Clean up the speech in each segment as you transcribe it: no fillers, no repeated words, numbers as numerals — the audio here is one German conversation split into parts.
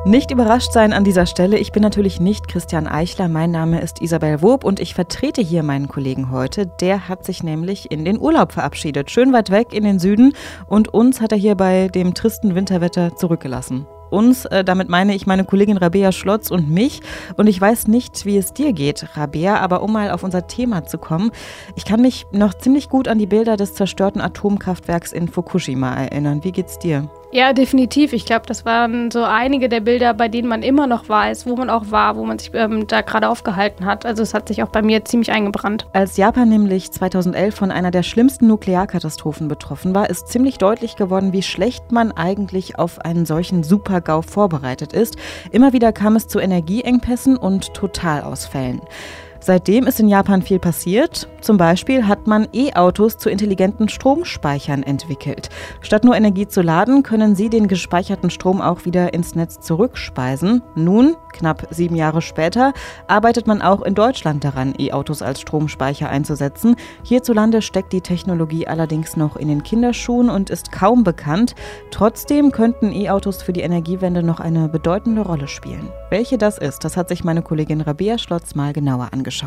Nicht überrascht sein an dieser Stelle. Ich bin natürlich nicht Christian Eichler. Mein Name ist Isabel Wob und ich vertrete hier meinen Kollegen heute. Der hat sich nämlich in den Urlaub verabschiedet. Schön weit weg in den Süden. Und uns hat er hier bei dem tristen Winterwetter zurückgelassen. Uns, damit meine ich meine Kollegin Rabea Schlotz und mich. Und ich weiß nicht, wie es dir geht, Rabea, aber um mal auf unser Thema zu kommen. Ich kann mich noch ziemlich gut an die Bilder des zerstörten Atomkraftwerks in Fukushima erinnern. Wie geht's dir? Ja, definitiv. Ich glaube, das waren so einige der Bilder, bei denen man immer noch weiß, wo man auch war, wo man sich da gerade aufgehalten hat. Also es hat sich auch bei mir ziemlich eingebrannt. Als Japan nämlich 2011 von einer der schlimmsten Nuklearkatastrophen betroffen war, ist ziemlich deutlich geworden, wie schlecht man eigentlich auf einen solchen Super-GAU vorbereitet ist. Immer wieder kam es zu Energieengpässen und Totalausfällen. Seitdem ist in Japan viel passiert. Zum Beispiel hat man E-Autos zu intelligenten Stromspeichern entwickelt. Statt nur Energie zu laden, können sie den gespeicherten Strom auch wieder ins Netz zurückspeisen. Nun, knapp 7 Jahre später, arbeitet man auch in Deutschland daran, E-Autos als Stromspeicher einzusetzen. Hierzulande steckt die Technologie allerdings noch in den Kinderschuhen und ist kaum bekannt. Trotzdem könnten E-Autos für die Energiewende noch eine bedeutende Rolle spielen. Welche das ist, das hat sich meine Kollegin Rabea Schlotz mal genauer angeschaut.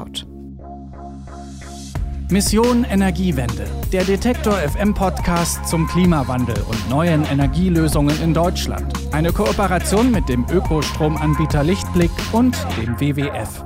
Mission Energiewende, der Detektor FM Podcast zum Klimawandel und neuen Energielösungen in Deutschland. Eine Kooperation mit dem Ökostromanbieter Lichtblick und dem WWF.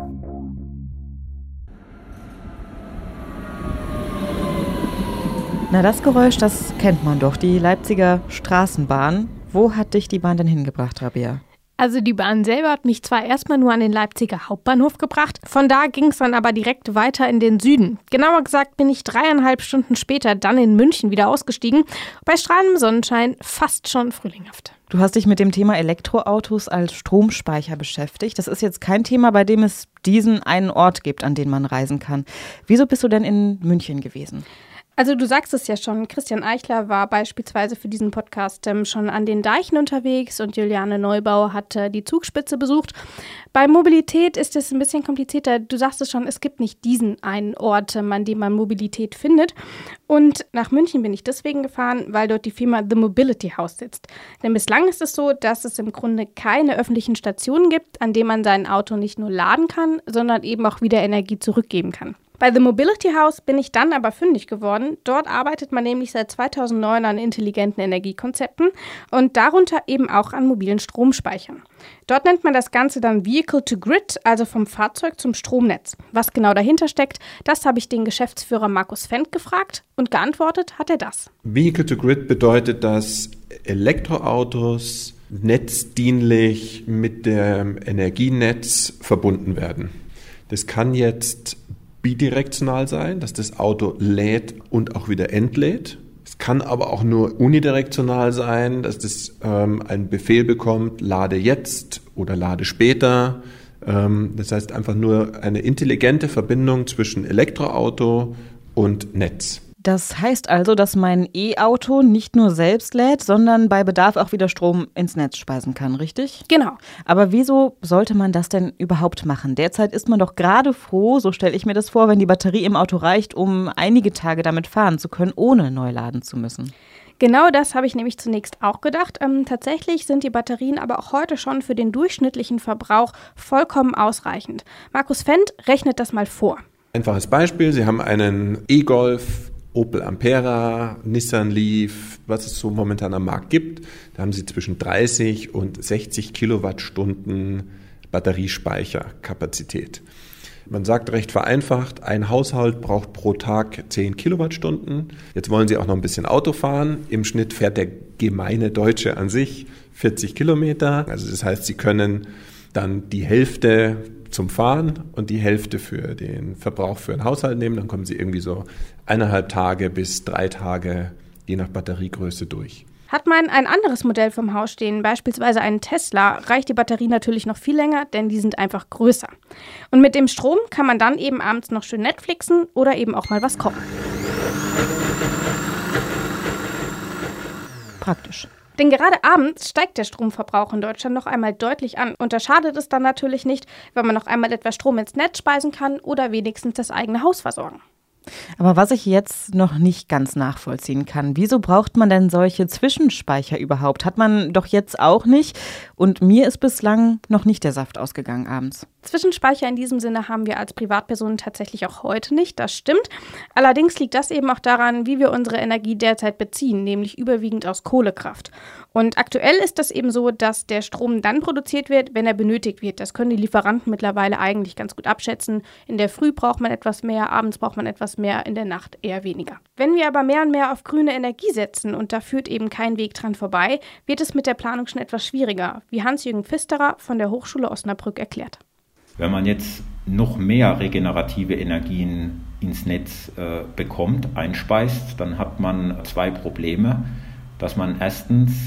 Na, das Geräusch, das kennt man doch, die Leipziger Straßenbahn. Wo hat dich die Bahn denn hingebracht, Rabea? Also die Bahn selber hat mich zwar erstmal nur an den Leipziger Hauptbahnhof gebracht, von da ging es dann aber direkt weiter in den Süden. Genauer gesagt bin ich 3,5 Stunden später dann in München wieder ausgestiegen, bei strahlendem Sonnenschein fast schon frühlinghaft. Du hast dich mit dem Thema Elektroautos als Stromspeicher beschäftigt. Das ist jetzt kein Thema, bei dem es diesen einen Ort gibt, an den man reisen kann. Wieso bist du denn in München gewesen? Also du sagst es ja schon, Christian Eichler war beispielsweise für diesen Podcast schon an den Deichen unterwegs und Juliane Neubauer hat die Zugspitze besucht. Bei Mobilität ist es ein bisschen komplizierter. Du sagst es schon, es gibt nicht diesen einen Ort, an dem man Mobilität findet. Und nach München bin ich deswegen gefahren, weil dort die Firma The Mobility House sitzt. Denn bislang ist es so, dass es im Grunde keine öffentlichen Stationen gibt, an denen man sein Auto nicht nur laden kann, sondern eben auch wieder Energie zurückgeben kann. Bei The Mobility House bin ich dann aber fündig geworden. Dort arbeitet man nämlich seit 2009 an intelligenten Energiekonzepten und darunter eben auch an mobilen Stromspeichern. Dort nennt man das Ganze dann Vehicle to Grid, also vom Fahrzeug zum Stromnetz. Was genau dahinter steckt, das habe ich den Geschäftsführer Markus Fendt gefragt und geantwortet hat er das. Vehicle to Grid bedeutet, dass Elektroautos netzdienlich mit dem Energienetz verbunden werden. Das kann jetzt bidirektional sein, dass das Auto lädt und auch wieder entlädt. Es kann aber auch nur unidirektional sein, dass das einen Befehl bekommt, lade jetzt oder lade später. Das heißt einfach nur eine intelligente Verbindung zwischen Elektroauto und Netz. Das heißt also, dass mein E-Auto nicht nur selbst lädt, sondern bei Bedarf auch wieder Strom ins Netz speisen kann, richtig? Genau. Aber wieso sollte man das denn überhaupt machen? Derzeit ist man doch gerade froh, so stelle ich mir das vor, wenn die Batterie im Auto reicht, um einige Tage damit fahren zu können, ohne neu laden zu müssen. Genau das habe ich nämlich zunächst auch gedacht. Tatsächlich sind die Batterien aber auch heute schon für den durchschnittlichen Verbrauch vollkommen ausreichend. Markus Fendt rechnet das mal vor. Einfaches Beispiel, Sie haben einen E-Golf, Opel Ampera, Nissan Leaf, was es so momentan am Markt gibt. Da haben Sie zwischen 30 und 60 Kilowattstunden Batteriespeicherkapazität. Man sagt recht vereinfacht, ein Haushalt braucht pro Tag 10 Kilowattstunden. Jetzt wollen Sie auch noch ein bisschen Auto fahren. Im Schnitt fährt der gemeine Deutsche an sich 40 Kilometer. Also das heißt, Sie können dann die Hälfte zum Fahren und die Hälfte für den Verbrauch für einen Haushalt nehmen. Dann kommen Sie irgendwie so 1,5 Tage bis 3 Tage, je nach Batteriegröße, durch. Hat man ein anderes Modell vom Haus stehen, beispielsweise einen Tesla, reicht die Batterie natürlich noch viel länger, denn die sind einfach größer. Und mit dem Strom kann man dann eben abends noch schön Netflixen oder eben auch mal was kochen. Praktisch. Denn gerade abends steigt der Stromverbrauch in Deutschland noch einmal deutlich an. Und da schadet es dann natürlich nicht, wenn man noch einmal etwas Strom ins Netz speisen kann oder wenigstens das eigene Haus versorgen. Aber was ich jetzt noch nicht ganz nachvollziehen kann, wieso braucht man denn solche Zwischenspeicher überhaupt? Hat man doch jetzt auch nicht. Und mir ist bislang noch nicht der Saft ausgegangen abends. Zwischenspeicher in diesem Sinne haben wir als Privatpersonen tatsächlich auch heute nicht, das stimmt. Allerdings liegt das eben auch daran, wie wir unsere Energie derzeit beziehen, nämlich überwiegend aus Kohlekraft. Und aktuell ist das eben so, dass der Strom dann produziert wird, wenn er benötigt wird. Das können die Lieferanten mittlerweile eigentlich ganz gut abschätzen. In der Früh braucht man etwas mehr, abends braucht man etwas mehr, in der Nacht eher weniger. Wenn wir aber mehr und mehr auf grüne Energie setzen, und da führt eben kein Weg dran vorbei, wird es mit der Planung schon etwas schwieriger, wie Hans-Jürgen Pfisterer von der Hochschule Osnabrück erklärt. Wenn man jetzt noch mehr regenerative Energien ins Netz bekommt, einspeist, dann hat man zwei Probleme. Dass man erstens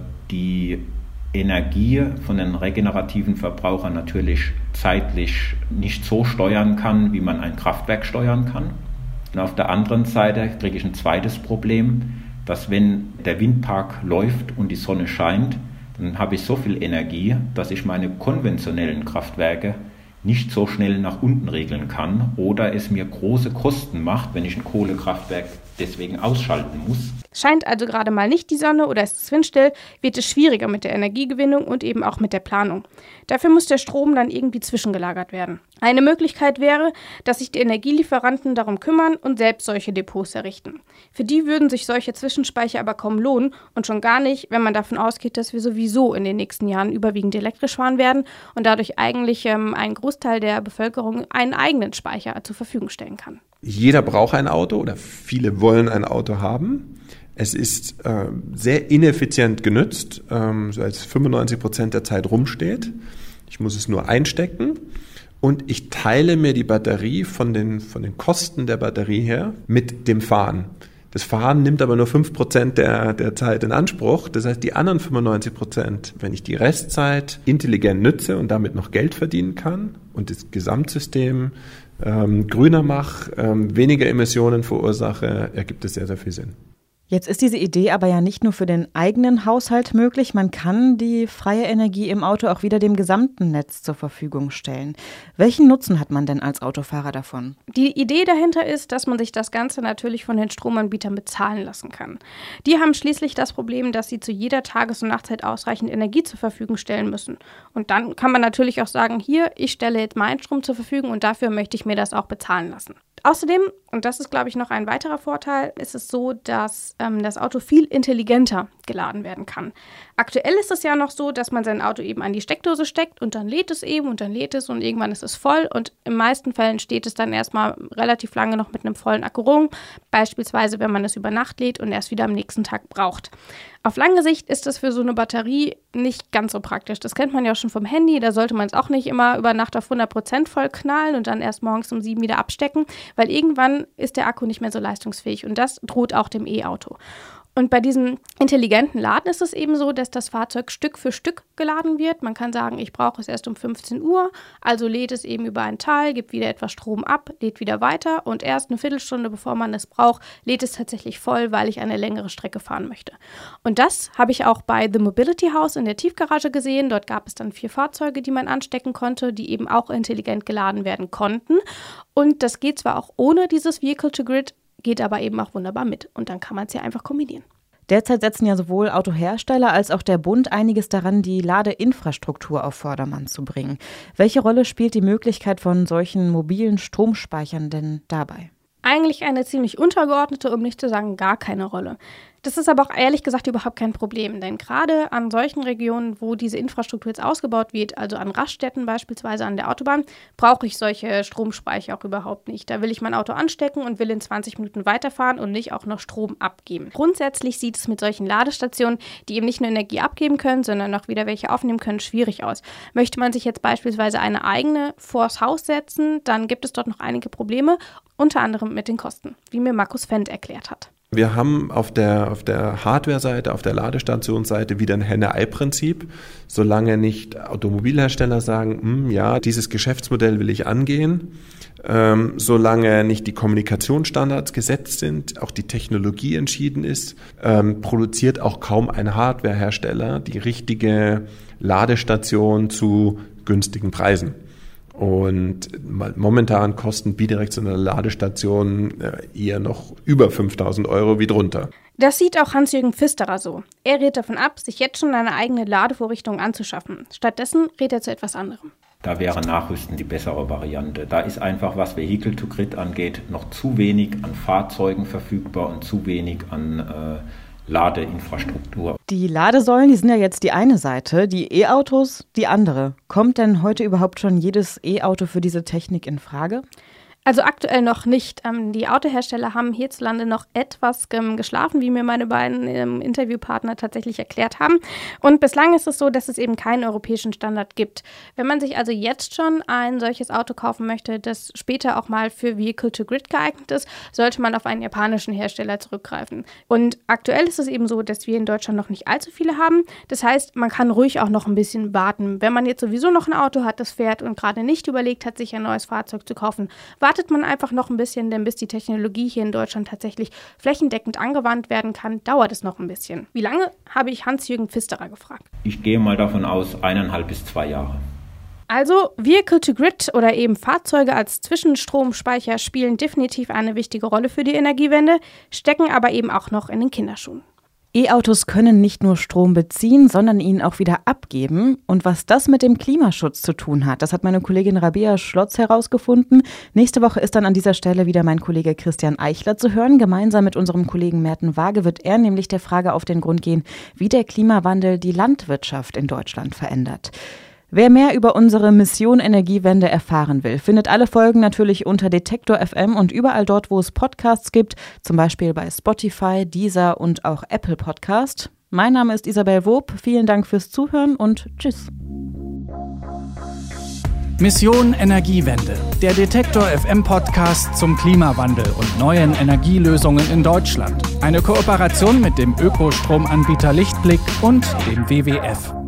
die Energie von den regenerativen Verbrauchern natürlich zeitlich nicht so steuern kann, wie man ein Kraftwerk steuern kann. Und auf der anderen Seite kriege ich ein zweites Problem, dass wenn der Windpark läuft und die Sonne scheint, dann habe ich so viel Energie, dass ich meine konventionellen Kraftwerke nicht so schnell nach unten regeln kann oder es mir große Kosten macht, wenn ich ein Kohlekraftwerk deswegen ausschalten muss. Scheint also gerade mal nicht die Sonne oder ist es windstill, wird es schwieriger mit der Energiegewinnung und eben auch mit der Planung. Dafür muss der Strom dann irgendwie zwischengelagert werden. Eine Möglichkeit wäre, dass sich die Energielieferanten darum kümmern und selbst solche Depots errichten. Für die würden sich solche Zwischenspeicher aber kaum lohnen und schon gar nicht, wenn man davon ausgeht, dass wir sowieso in den nächsten Jahren überwiegend elektrisch fahren werden und dadurch eigentlich ein Großteil der Bevölkerung einen eigenen Speicher zur Verfügung stellen kann. Jeder braucht ein Auto oder viele wollen ein Auto haben. Es ist sehr ineffizient genutzt, so als 95% der Zeit rumsteht. Ich muss es nur einstecken und ich teile mir die Batterie von den Kosten der Batterie her mit dem Fahren. Das Fahren nimmt aber nur 5% der Zeit in Anspruch. Das heißt, die anderen 95%, wenn ich die Restzeit intelligent nütze und damit noch Geld verdienen kann und das Gesamtsystem grüner mache, weniger Emissionen verursache, ergibt es sehr, sehr viel Sinn. Jetzt ist diese Idee aber ja nicht nur für den eigenen Haushalt möglich, man kann die freie Energie im Auto auch wieder dem gesamten Netz zur Verfügung stellen. Welchen Nutzen hat man denn als Autofahrer davon? Die Idee dahinter ist, dass man sich das Ganze natürlich von den Stromanbietern bezahlen lassen kann. Die haben schließlich das Problem, dass sie zu jeder Tages- und Nachtzeit ausreichend Energie zur Verfügung stellen müssen. Und dann kann man natürlich auch sagen, hier, ich stelle jetzt meinen Strom zur Verfügung und dafür möchte ich mir das auch bezahlen lassen. Außerdem, und das ist, glaube ich, noch ein weiterer Vorteil, ist es so, dass das Auto viel intelligenter geladen werden kann. Aktuell ist es ja noch so, dass man sein Auto eben an die Steckdose steckt und dann lädt es eben und dann lädt es und irgendwann ist es voll und in meisten Fällen steht es dann erstmal relativ lange noch mit einem vollen Akku rum, beispielsweise wenn man es über Nacht lädt und erst wieder am nächsten Tag braucht. Auf lange Sicht ist das für so eine Batterie nicht ganz so praktisch. Das kennt man ja schon vom Handy, da sollte man es auch nicht immer über Nacht auf 100% voll knallen und dann erst morgens um 7 wieder abstecken, weil irgendwann ist der Akku nicht mehr so leistungsfähig und das droht auch dem E-Auto. Und bei diesem intelligenten Laden ist es eben so, dass das Fahrzeug Stück für Stück geladen wird. Man kann sagen, ich brauche es erst um 15 Uhr, also lädt es eben über einen Teil, gibt wieder etwas Strom ab, lädt wieder weiter und erst eine Viertelstunde, bevor man es braucht, lädt es tatsächlich voll, weil ich eine längere Strecke fahren möchte. Und das habe ich auch bei The Mobility House in der Tiefgarage gesehen. Dort gab es dann 4 Fahrzeuge, die man anstecken konnte, die eben auch intelligent geladen werden konnten. Und das geht zwar auch ohne dieses Vehicle-to-Grid, geht aber eben auch wunderbar mit. Und dann kann man es ja einfach kombinieren. Derzeit setzen ja sowohl Autohersteller als auch der Bund einiges daran, die Ladeinfrastruktur auf Vordermann zu bringen. Welche Rolle spielt die Möglichkeit von solchen mobilen Stromspeichern denn dabei? Eigentlich eine ziemlich untergeordnete, um nicht zu sagen gar keine Rolle. Das ist aber auch ehrlich gesagt überhaupt kein Problem, denn gerade an solchen Regionen, wo diese Infrastruktur jetzt ausgebaut wird, also an Raststätten beispielsweise an der Autobahn, brauche ich solche Stromspeicher auch überhaupt nicht. Da will ich mein Auto anstecken und will in 20 Minuten weiterfahren und nicht auch noch Strom abgeben. Grundsätzlich sieht es mit solchen Ladestationen, die eben nicht nur Energie abgeben können, sondern auch wieder welche aufnehmen können, schwierig aus. Möchte man sich jetzt beispielsweise eine eigene vors Haus setzen, dann gibt es dort noch einige Probleme, unter anderem mit den Kosten, wie mir Markus Fendt erklärt hat. Wir haben auf der Hardware-Seite, auf der Ladestationsseite wieder ein Henne-Ei-Prinzip. Solange nicht Automobilhersteller sagen, ja, dieses Geschäftsmodell will ich angehen, solange nicht die Kommunikationsstandards gesetzt sind, auch die Technologie entschieden ist, produziert auch kaum ein Hardware-Hersteller die richtige Ladestation zu günstigen Preisen. Und momentan kosten bidirektionale Ladestationen eher noch über 5.000 € wie drunter. Das sieht auch Hans-Jürgen Pfisterer so. Er rät davon ab, sich jetzt schon eine eigene Ladevorrichtung anzuschaffen. Stattdessen rät er zu etwas anderem. Da wäre Nachrüsten die bessere Variante. Da ist einfach, was Vehicle-to-Grid angeht, noch zu wenig an Fahrzeugen verfügbar und zu wenig an Ladeinfrastruktur. Die Ladesäulen, die sind ja jetzt die eine Seite, die E-Autos die andere. Kommt denn heute überhaupt schon jedes E-Auto für diese Technik in Frage? Also aktuell noch nicht. Die Autohersteller haben hierzulande noch etwas geschlafen, wie mir meine beiden Interviewpartner tatsächlich erklärt haben. Und bislang ist es so, dass es eben keinen europäischen Standard gibt. Wenn man sich also jetzt schon ein solches Auto kaufen möchte, das später auch mal für Vehicle-to-Grid geeignet ist, sollte man auf einen japanischen Hersteller zurückgreifen. Und aktuell ist es eben so, dass wir in Deutschland noch nicht allzu viele haben. Das heißt, man kann ruhig auch noch ein bisschen warten. Wenn man jetzt sowieso noch ein Auto hat, das fährt und gerade nicht überlegt hat, sich ein neues Fahrzeug zu kaufen, wartet man einfach noch ein bisschen, denn bis die Technologie hier in Deutschland tatsächlich flächendeckend angewandt werden kann, dauert es noch ein bisschen. Wie lange, habe ich Hans-Jürgen Pfisterer gefragt. Ich gehe mal davon aus, 1,5 bis 2 Jahre. Also Vehicle-to-Grid oder eben Fahrzeuge als Zwischenstromspeicher spielen definitiv eine wichtige Rolle für die Energiewende, stecken aber eben auch noch in den Kinderschuhen. E-Autos können nicht nur Strom beziehen, sondern ihn auch wieder abgeben. Und was das mit dem Klimaschutz zu tun hat, das hat meine Kollegin Rabea Schlotz herausgefunden. Nächste Woche ist dann an dieser Stelle wieder mein Kollege Christian Eichler zu hören. Gemeinsam mit unserem Kollegen Merten Waage wird er nämlich der Frage auf den Grund gehen, wie der Klimawandel die Landwirtschaft in Deutschland verändert. Wer mehr über unsere Mission Energiewende erfahren will, findet alle Folgen natürlich unter Detektor FM und überall dort, wo es Podcasts gibt, zum Beispiel bei Spotify, Deezer und auch Apple Podcast. Mein Name ist Isabel Wob, vielen Dank fürs Zuhören und tschüss. Mission Energiewende, der Detektor FM Podcast zum Klimawandel und neuen Energielösungen in Deutschland. Eine Kooperation mit dem Ökostromanbieter Lichtblick und dem WWF.